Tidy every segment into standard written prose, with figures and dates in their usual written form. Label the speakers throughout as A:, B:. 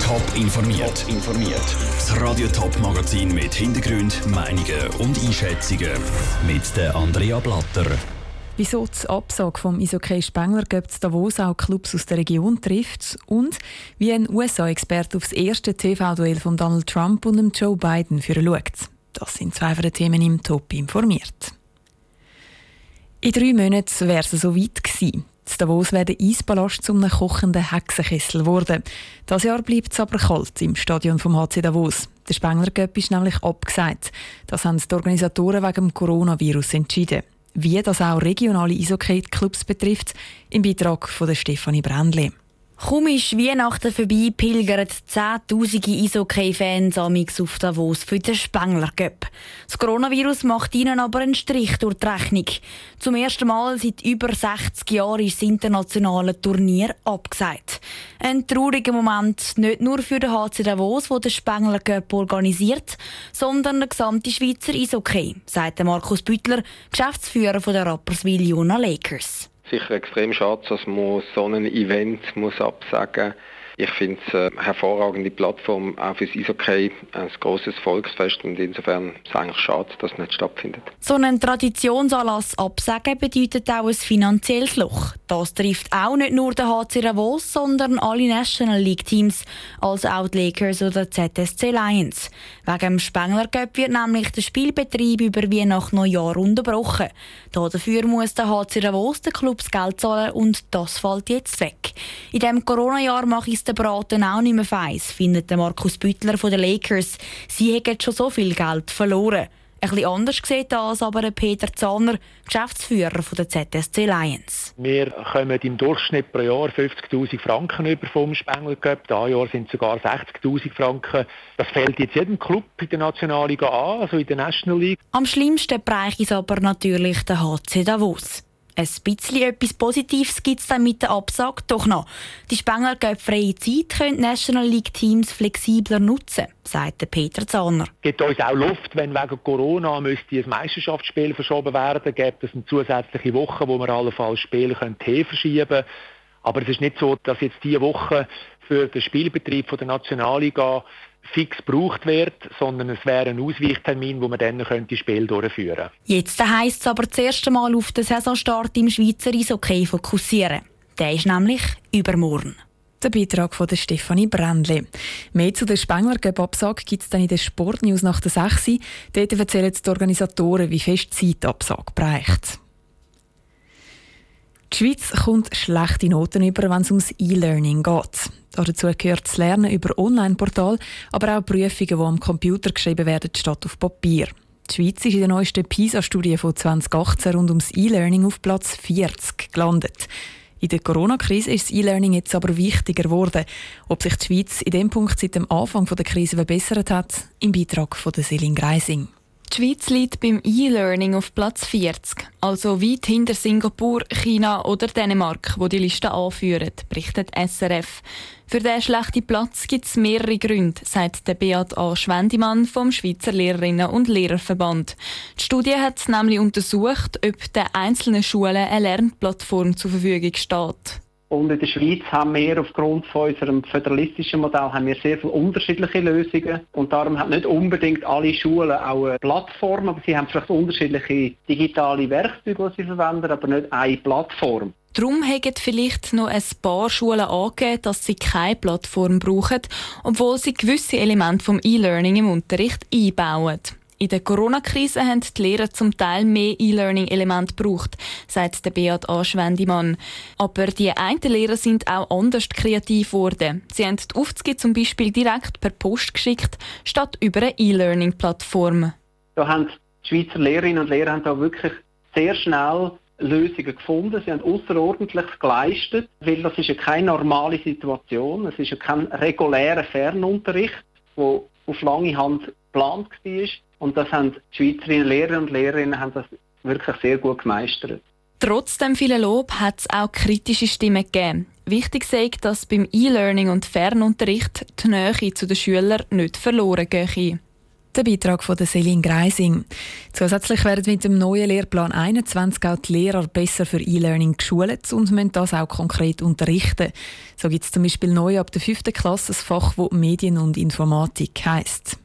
A: Top informiert. Das Radio Top Magazin mit Hintergrund, Meinungen und Einschätzungen mit der Andrea Blatter.
B: Wieso die Absage vom Eishockey Spengler Cup zu Davos auch Clubs aus der Region trifft und wie ein USA-Experte auf das erste TV-Duell von Donald Trump und Joe Biden schaut. Das sind zwei von den Themen im Top informiert. In 3 Monaten wäre es so weit gewesen. In Davos wäre der Eispalast zu einem kochenden Hexenkessel geworden. Dieses Jahr bleibt es aber kalt im Stadion vom HC Davos. Der Spengler Cup ist nämlich abgesagt. Das haben die Organisatoren wegen dem Coronavirus entschieden. Wie das auch regionale Eishockey-Clubs betrifft, im Beitrag von der Stefanie Brändli.
C: Kaum ist Weihnachten vorbei, pilgern Zehntausende Eishockey-Fans auf Davos für den Spengler Cup. Das Coronavirus macht ihnen aber einen Strich durch die Rechnung. Zum ersten Mal seit über 60 Jahren ist das internationale Turnier abgesagt. Ein trauriger Moment nicht nur für den HC Davos, der den Spengler Cup organisiert, sondern der gesamte Schweizer Eishockey, sagt Markus Büttler, Geschäftsführer der Rapperswil Jona Lakers.
D: Sicher extrem schade, dass man so ein Event absagen muss. Ich finde es eine hervorragende Plattform auch für das Eishockey, ein grosses Volksfest und insofern ist es eigentlich schade, dass es nicht stattfindet.
C: So einen Traditionsanlass absagen bedeutet auch ein finanzielles Loch. Das trifft auch nicht nur den HC Davos, sondern alle National League Teams, also auch die Lakers oder ZSC Lions. Wegen dem Spengler Cup wird nämlich der Spielbetrieb über Weihnachten Neujahr unterbrochen. Dafür muss der HC Davos den Clubs Geld zahlen und das fällt jetzt weg. In diesem Corona-Jahr mache ich den Braten auch nicht mehr feiss, findet Markus Büttler von den Lakers. Sie haben schon so viel Geld verloren. Ein bisschen anders sieht das aber Peter Zahner, Geschäftsführer der ZSC Lions.
E: Wir kommen im Durchschnitt pro Jahr 50'000 Franken über vom Spengler Cup. Dieses Jahr sind es sogar 60'000 Franken. Das fällt jetzt jedem Club in der Nationalliga an, also in der National League.
C: Am schlimmsten Bereich ist aber natürlich der HC Davos. Ein bisschen etwas Positives gibt es dann mit der Absage doch noch. Die Spengler Cup freie Zeit können National League Teams flexibler nutzen, sagt Peter Zahner.
E: Es gibt uns auch Luft, wenn wegen Corona müsste ein Meisterschaftsspiel verschoben werden, gibt es eine zusätzliche Woche, wo wir allenfalls Spiele verschieben können. Aber es ist nicht so, dass jetzt diese Woche für den Spielbetrieb der Nationalliga fix gebraucht wird, sondern es wäre ein Ausweichtermin, wo man dann die Spiele durchführen könnte.
C: Jetzt heisst es aber das erste Mal auf den Saisonstart im Schweizer Eishockey fokussieren. Der ist nämlich übermorgen.
B: Der Beitrag von der Stefanie Brändli. Mehr zu der Spengler Cup-Absage gibt es dann in den Sportnews nach der 6. Dort erzählen die Organisatoren, wie fest die Absage bereicht. Die Schweiz kommt schlechte Noten über, wenn es ums E-Learning geht. Dazu gehört das Lernen über Online-Portal, aber auch Prüfungen, die am Computer geschrieben werden, statt auf Papier. Die Schweiz ist in der neuesten PISA-Studie von 2018 rund ums E-Learning auf Platz 40 gelandet. In der Corona-Krise ist das E-Learning jetzt aber wichtiger geworden. Ob sich die Schweiz in diesem Punkt seit dem Anfang der Krise verbessert hat, im Beitrag von Selin Greising.
F: Die Schweiz liegt beim E-Learning auf Platz 40, also weit hinter Singapur, China oder Dänemark, wo die Liste anführen, berichtet SRF. Für diesen schlechten Platz gibt es mehrere Gründe, sagt der Beat A. Schwendimann vom Schweizer Lehrerinnen- und Lehrerverband. Die Studie hat nämlich untersucht, ob den einzelnen Schulen eine Lernplattform zur Verfügung steht.
G: Und in der Schweiz haben wir aufgrund von unserem föderalistischen Modell sehr viele unterschiedliche Lösungen. Und darum haben nicht unbedingt alle Schulen auch eine Plattform, aber sie haben vielleicht unterschiedliche digitale Werkzeuge, die sie verwenden, aber nicht eine Plattform.
F: Darum haben vielleicht noch ein paar Schulen angegeben, dass sie keine Plattform brauchen, obwohl sie gewisse Elemente vom E-Learning im Unterricht einbauen. In der Corona-Krise haben die Lehrer zum Teil mehr E-Learning-Elemente gebraucht, sagt der Beat A. Schwendimann. Aber die einen Lehrer sind auch anders kreativ geworden. Sie haben die Aufzüge zum Beispiel direkt per Post geschickt, statt über eine E-Learning-Plattform.
G: Da haben die Schweizer Lehrerinnen und Lehrer da wirklich sehr schnell Lösungen gefunden. Sie haben Ausserordentliches geleistet, weil das ist ja keine normale Situation. Es ist ja kein regulärer Fernunterricht, der auf lange Hand geplant war. Und das haben die Schweizerinnen Lehrer und Lehrerinnen haben das wirklich sehr gut gemeistert.
F: Trotzdem viel Lob hat es auch kritische Stimmen gegeben. Wichtig sei, dass beim E-Learning und Fernunterricht die Nähe zu den Schülern nicht verloren gehe.
B: Der Beitrag von Céline Greising. Zusätzlich werden mit dem neuen Lehrplan 21 auch die Lehrer besser für E-Learning geschult und müssen das auch konkret unterrichten. So gibt es zum Beispiel neu ab der 5. Klasse ein Fach, das Medien und Informatik heisst.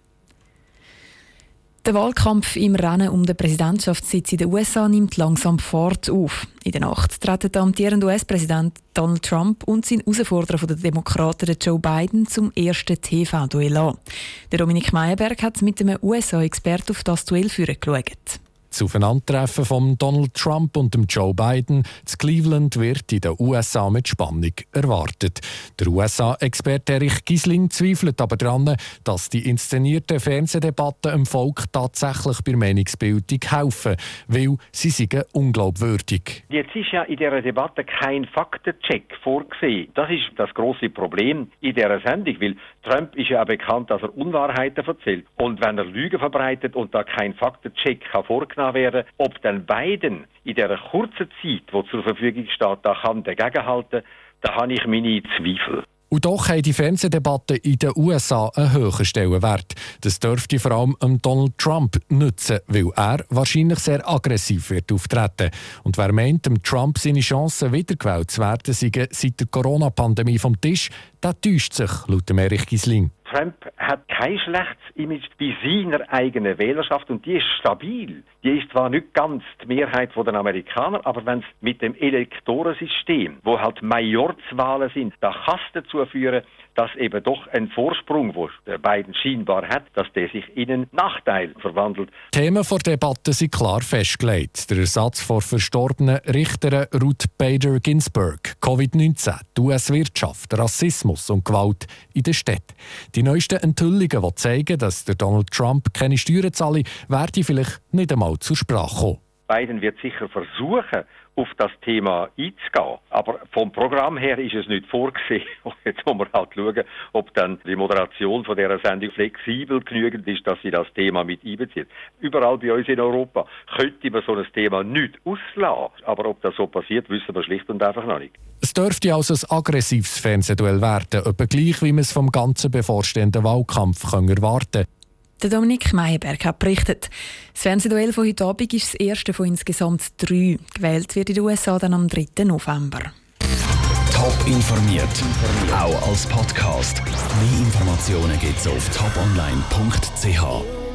B: Der Wahlkampf im Rennen um den Präsidentschaftssitz in den USA nimmt langsam Fahrt auf. In der Nacht treten der amtierende US-Präsident Donald Trump und sein Herausforderer der Demokraten Joe Biden zum ersten TV-Duell an. Der Dominik Meyerberg hat mit einem USA-Experten auf das Duell geschaut.
H: Das Aufeinandertreffen von Donald Trump und Joe Biden zu Cleveland wird in den USA mit Spannung erwartet. Der USA-Experte Erich Gisling zweifelt aber daran, dass die inszenierten Fernsehdebatten dem Volk tatsächlich bei der Meinungsbildung helfen, weil sie seien unglaubwürdig.
I: Jetzt ist ja in dieser Debatte kein Faktencheck vorgesehen. Das ist das grosse Problem in dieser Sendung, weil Trump ist ja auch bekannt, dass er Unwahrheiten erzählt. Und wenn er Lügen verbreitet und da kein Faktencheck vorgenommen werden, ob dann Biden in dieser kurzen Zeit, die zur Verfügung steht, da kann dagegenhalten, da habe ich meine Zweifel.
H: Und doch haben die Fernsehdebatten in den USA einen höheren Stellenwert. Das dürfte vor allem Donald Trump nützen, weil er wahrscheinlich sehr aggressiv wird auftreten. Und wer meint, Trump seine Chancen wiedergewählt zu werden, seien seit der Corona-Pandemie vom Tisch, der täuscht sich, laut Erich Gisling.
I: Trump hat kein schlechtes Image bei seiner eigenen Wählerschaft und die ist stabil. Die ist zwar nicht ganz die Mehrheit der Amerikaner, aber wenn es mit dem Elektorensystem, wo halt Majorzwahlen sind, da kann es dazu führen, dass eben doch ein Vorsprung, den Biden scheinbar hat, dass der sich in einen Nachteil verwandelt.
H: Themen der Debatte sind klar festgelegt. Der Ersatz vor verstorbenen Richterin Ruth Bader Ginsburg, Covid-19, die US-Wirtschaft, Rassismus und Gewalt in der Städten. Die neuesten Enthüllungen, die zeigen, dass der Donald Trump keine Steuern zahle, werden vielleicht nicht einmal zur Sprache kommen.
I: Biden wird sicher versuchen, auf das Thema einzugehen. Aber vom Programm her ist es nicht vorgesehen. Jetzt muss man halt schauen, ob dann die Moderation von dieser Sendung flexibel genügend ist, dass sie das Thema mit einbezieht. Überall bei uns in Europa könnte man so ein Thema nicht auslassen. Aber ob das so passiert, wissen wir schlicht und einfach noch nicht.
H: Es dürfte also ein aggressives Fernsehduell werden, etwa gleich wie man es vom ganzen bevorstehenden Wahlkampf erwarten kann.
B: Der Dominik Meyerberg hat berichtet. Das Fernsehduell von heute Abend ist das erste von insgesamt 3. Gewählt wird in den USA dann am 3. November.
A: Top informiert, auch als Podcast. Mehr Informationen gibt's auf toponline.ch.